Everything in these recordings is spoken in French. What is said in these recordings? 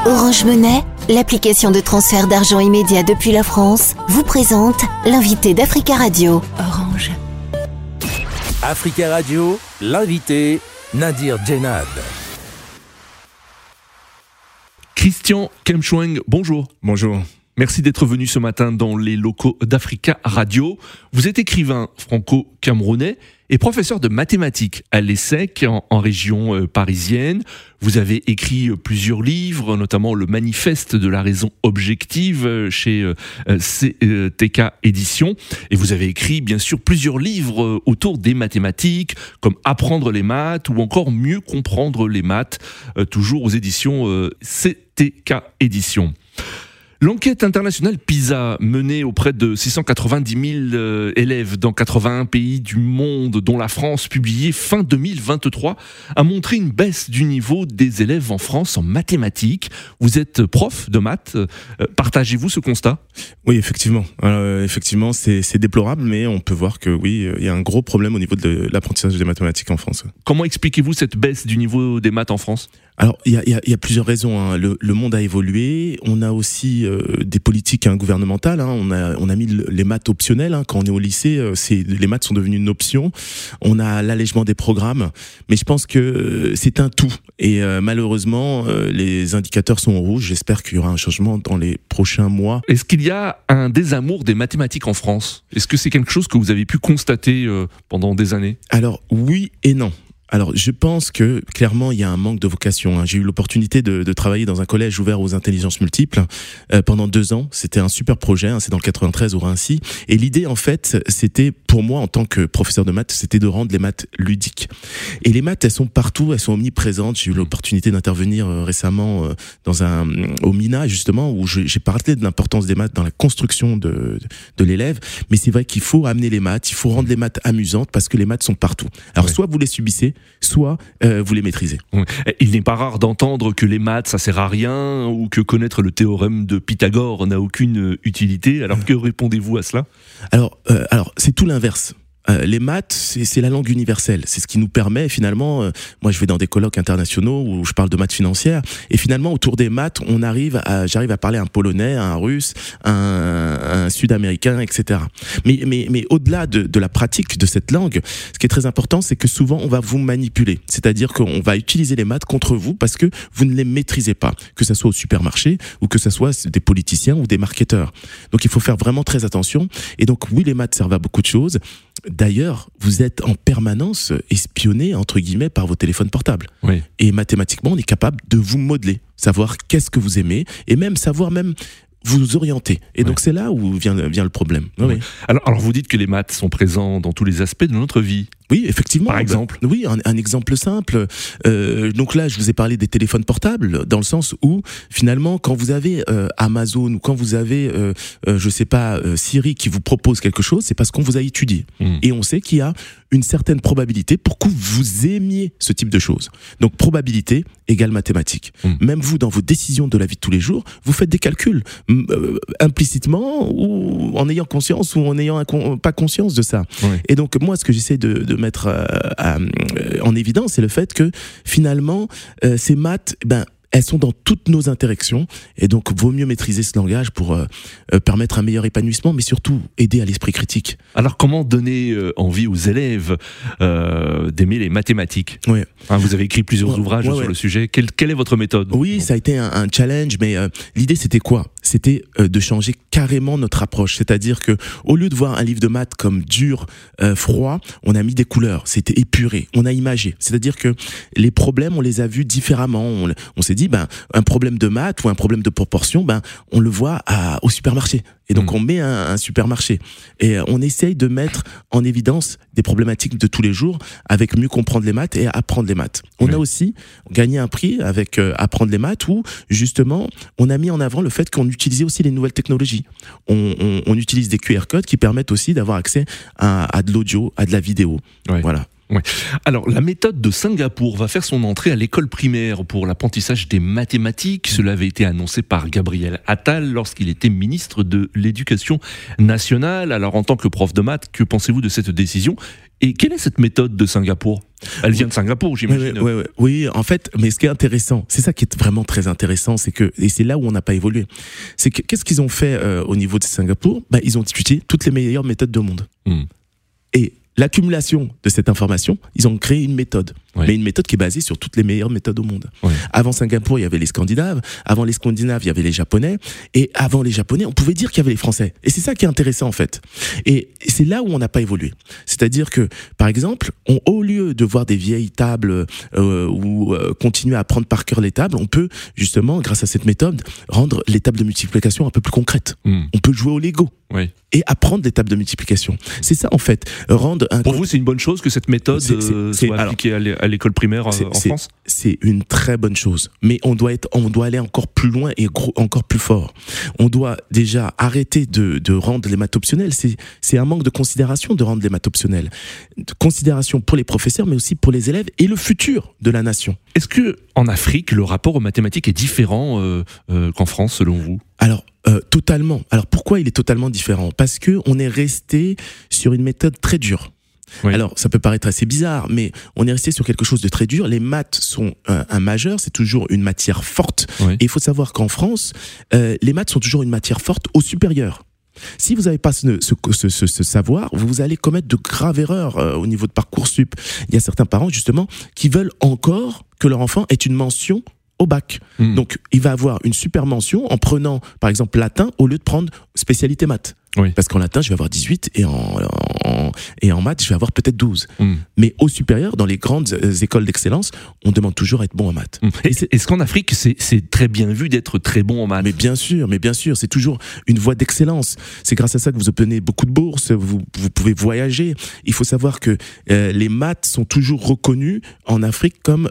Orange Money, l'application de transfert d'argent immédiat depuis la France, vous présente l'invité d'Africa Radio. Orange. Africa Radio, l'invité Nadir Djenad. Christian Kemchoueng, bonjour. Bonjour. Merci d'être venu ce matin dans les locaux d'Africa Radio. Vous êtes écrivain franco-camerounais et professeur de mathématiques à l'ESSEC en région parisienne. Vous avez écrit plusieurs livres, notamment le Manifeste de la raison objective chez CTK Éditions. Et vous avez écrit bien sûr plusieurs livres autour des mathématiques, comme Apprendre les maths ou encore Mieux comprendre les maths, toujours aux éditions CTK Éditions. L'enquête internationale PISA, menée auprès de 690 000 élèves dans 81 pays du monde, dont la France, publiée fin 2023, a montré une baisse du niveau des élèves en France en mathématiques. Vous êtes prof de maths, partagez-vous ce constat ? Oui, effectivement. Effectivement, c'est déplorable, mais on peut voir que oui, il y a un gros problème au niveau de l'apprentissage des mathématiques en France. Comment expliquez-vous cette baisse du niveau des maths en France ? Alors, il y a plusieurs raisons. Hein. Le monde a évolué. On a aussi des politiques gouvernementales. Hein. On a mis les maths optionnelles. Hein. Quand on est au lycée, les maths sont devenues une option. On a l'allègement des programmes. Mais je pense que c'est un tout. Et malheureusement, les indicateurs sont en rouge. J'espère qu'il y aura un changement dans les prochains mois. Est-ce qu'il y a un désamour des mathématiques en France ? Est-ce que c'est quelque chose que vous avez pu constater pendant des années ? Alors, oui et non. Alors, je pense que, clairement, il y a un manque de vocation. Hein. J'ai eu l'opportunité de travailler dans un collège ouvert aux intelligences multiples pendant 2 ans. C'était un super projet, hein. C'est dans le 93 au Raincy. Et l'idée, en fait, c'était, pour moi, en tant que professeur de maths, c'était de rendre les maths ludiques. Et les maths, elles sont partout, elles sont omniprésentes. J'ai eu l'opportunité d'intervenir récemment au MINA, justement, où j'ai parlé de l'importance des maths dans la construction de l'élève. Mais c'est vrai qu'il faut amener les maths, il faut rendre les maths amusantes parce que les maths sont partout. Alors, soit vous les subissez, soit vous les maîtrisez. Il n'est pas rare d'entendre que les maths, ça sert à rien, ou que connaître le théorème de Pythagore n'a aucune utilité. Alors que répondez-vous à cela ? Alors c'est tout l'inverse. Les maths, c'est la langue universelle. C'est ce qui nous permet finalement, moi je vais dans des colloques internationaux où je parle de maths financières, et finalement autour des maths, j'arrive à parler un polonais, un russe, un sud-américain, etc. Mais au-delà de la pratique de cette langue, ce qui est très important, c'est que souvent on va vous manipuler. C'est-à-dire qu'on va utiliser les maths contre vous parce que vous ne les maîtrisez pas, que ça soit au supermarché ou que ça soit des politiciens ou des marketeurs. Donc il faut faire vraiment très attention. Et donc oui, les maths servent à beaucoup de choses. D'ailleurs, vous êtes en permanence espionné, entre guillemets, par vos téléphones portables. Oui. Et mathématiquement, on est capable de vous modeler, savoir qu'est-ce que vous aimez, et même savoir vous orienter. Et donc c'est là où vient le problème. Oui. Alors vous dites que les maths sont présents dans tous les aspects de notre vie. Oui, effectivement. Par exemple. Oui, un exemple simple. Donc là, je vous ai parlé des téléphones portables, dans le sens où, finalement, quand vous avez Amazon ou quand vous avez, Siri qui vous propose quelque chose, c'est parce qu'on vous a étudié. Et on sait qu'il y a une certaine probabilité pour que vous aimiez ce type de choses. Donc, probabilité égale mathématiques. Même vous, dans vos décisions de la vie de tous les jours, vous faites des calculs, implicitement ou en ayant conscience ou en n'ayant pas conscience de ça. Oui. Et donc, moi, ce que j'essaie de mettre en évidence, c'est le fait que finalement, ces maths, elles sont dans toutes nos interactions, et donc vaut mieux maîtriser ce langage pour permettre un meilleur épanouissement, mais surtout aider à l'esprit critique. Alors comment donner envie aux élèves d'aimer les mathématiques ? Oui. Vous avez écrit plusieurs ouvrages sur le sujet. Quelle est votre méthode ? Oui, ça a été un challenge, mais l'idée c'était quoi ? C'était de changer carrément notre approche. C'est-à-dire que au lieu de voir un livre de maths comme dur, froid, on a mis des couleurs. C'était épuré. On a imagé. C'est-à-dire que les problèmes, on les a vus différemment. On s'est dit, un problème de maths ou un problème de proportion, on le voit au supermarché. Et donc on met un supermarché et on essaye de mettre en évidence des problématiques de tous les jours avec mieux comprendre les maths et apprendre les maths. On a aussi gagné un prix avec apprendre les maths où justement on a mis en avant le fait qu'on utilisait aussi les nouvelles technologies. On utilise des QR codes qui permettent aussi d'avoir accès à de l'audio, à de la vidéo. Ouais. Voilà. Ouais. Alors, la méthode de Singapour va faire son entrée à l'école primaire pour l'apprentissage des mathématiques. Cela avait été annoncé par Gabriel Attal lorsqu'il était ministre de l'Éducation nationale. Alors, en tant que prof de maths, que pensez-vous de cette décision ? Et quelle est cette méthode de Singapour ? Elle vient de Singapour, j'imagine. Oui, en fait, mais ce qui est intéressant, c'est ça qui est vraiment très intéressant, c'est que, et c'est là où on n'a pas évolué, c'est que qu'est-ce qu'ils ont fait au niveau de Singapour ? Ils ont discuté toutes les meilleures méthodes du monde. Et l'accumulation de cette information, ils ont créé une méthode. Ouais. Mais une méthode qui est basée sur toutes les meilleures méthodes au monde. Ouais. Avant Singapour, il y avait les Scandinaves. Avant les Scandinaves, il y avait les Japonais. Et avant les Japonais, on pouvait dire qu'il y avait les Français. Et c'est ça qui est intéressant, en fait. Et c'est là où on n'a pas évolué. C'est-à-dire que, par exemple, au lieu de voir des vieilles tables ou continuer à apprendre par cœur les tables, on peut, justement, grâce à cette méthode, rendre les tables de multiplication un peu plus concrètes. On peut jouer au Lego. Oui. Et apprendre des tables de multiplication. C'est ça, en fait. Pour vous, c'est une bonne chose que cette méthode soit appliquée à l'école primaire en France ? C'est une très bonne chose. Mais on doit aller encore plus loin et encore plus fort. On doit déjà arrêter de rendre les maths optionnelles. C'est un manque de considération de rendre les maths optionnelles. De considération pour les professeurs, mais aussi pour les élèves et le futur de la nation. Est-ce que en Afrique, le rapport aux mathématiques est différent qu'en France, selon vous ? Alors, totalement. Alors, pourquoi il est totalement différent ? Parce que on est resté sur une méthode très dure. Oui. Alors, ça peut paraître assez bizarre, mais on est resté sur quelque chose de très dur. Les maths sont un majeur, c'est toujours une matière forte. Oui. Et il faut savoir qu'en France, les maths sont toujours une matière forte au supérieur. Si vous n'avez pas ce savoir, vous allez commettre de graves erreurs au niveau de Parcoursup. Il y a certains parents, justement, qui veulent encore que leur enfant ait une mention au bac. Donc, il va avoir une super mention en prenant, par exemple, latin au lieu de prendre spécialité maths. Oui. Parce qu'en latin, je vais avoir 18 et en maths, je vais avoir peut-être 12. Mais au supérieur, dans les grandes écoles d'excellence, on demande toujours à être bon en maths. Est-ce qu'en Afrique, c'est très bien vu d'être très bon en maths ? Mais bien sûr, c'est toujours une voie d'excellence. C'est grâce à ça que vous obtenez beaucoup de bourses, vous pouvez voyager. Il faut savoir que les maths sont toujours reconnus en Afrique comme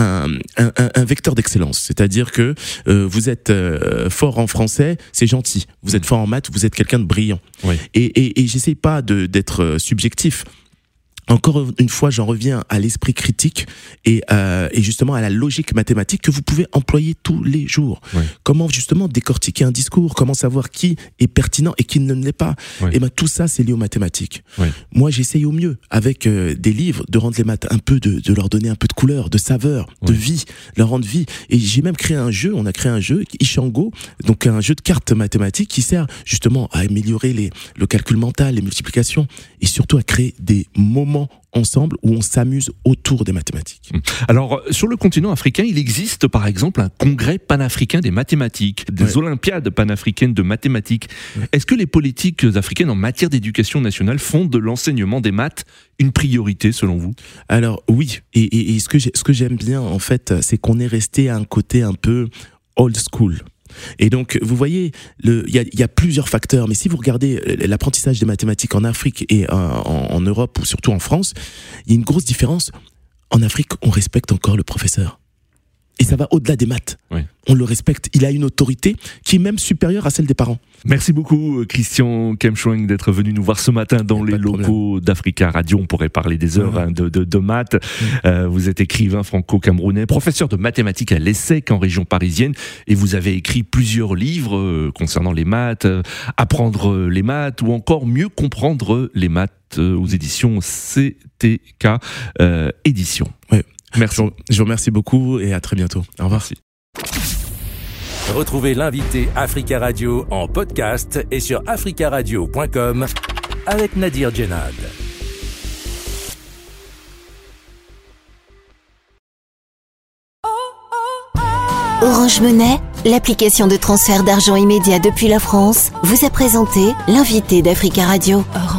un vecteur d'excellence. C'est-à-dire que vous êtes fort en français, c'est gentil. Vous êtes fort en maths, vous êtes quelqu'un de brillant. Oui. Et j'essaie pas d'être subjectif. Encore une fois, j'en reviens à l'esprit critique et justement à la logique mathématique que vous pouvez employer tous les jours. Oui. Comment justement décortiquer un discours, comment savoir qui est pertinent et qui ne l'est pas. Oui. Et tout ça, c'est lié aux mathématiques. Oui. Moi, j'essaye au mieux, avec des livres, de rendre les maths un peu, de leur donner un peu de couleur, de saveur, de vie, leur rendre vie. Et j'ai même créé un jeu, on a créé un jeu, Ishango, donc un jeu de cartes mathématiques qui sert justement à améliorer le calcul mental, les multiplications et surtout à créer des moments ensemble où on s'amuse autour des mathématiques. Alors, sur le continent africain, il existe par exemple un congrès panafricain des mathématiques, des olympiades panafricaines de mathématiques. Est-ce que les politiques africaines en matière d'éducation nationale font de l'enseignement des maths une priorité selon vous ? Alors oui, et ce que j'aime bien en fait, c'est qu'on est resté à un côté un peu old school. Et donc, vous voyez, il y a plusieurs facteurs, mais si vous regardez l'apprentissage des mathématiques en Afrique et en Europe, ou surtout en France, il y a une grosse différence. En Afrique, on respecte encore le professeur. Et ça va au-delà des maths. Oui. On le respecte. Il a une autorité qui est même supérieure à celle des parents. Merci beaucoup, Christian Kemchoueng, d'être venu nous voir ce matin dans les locaux d'Africa Radio. On pourrait parler des heures de maths. Vous êtes écrivain franco-camerounais, professeur de mathématiques à l'ESSEC en région parisienne. Et vous avez écrit plusieurs livres concernant les maths, apprendre les maths ou encore mieux comprendre les maths aux éditions CTK Éditions. Oui. Merci. Je vous remercie beaucoup et à très bientôt. Au revoir. Merci. Retrouvez l'invité Africa Radio en podcast et sur africaradio.com avec Nadir Djenad. Orange Money, l'application de transfert d'argent immédiat depuis la France, vous a présenté l'invité d'Africa Radio. Orange.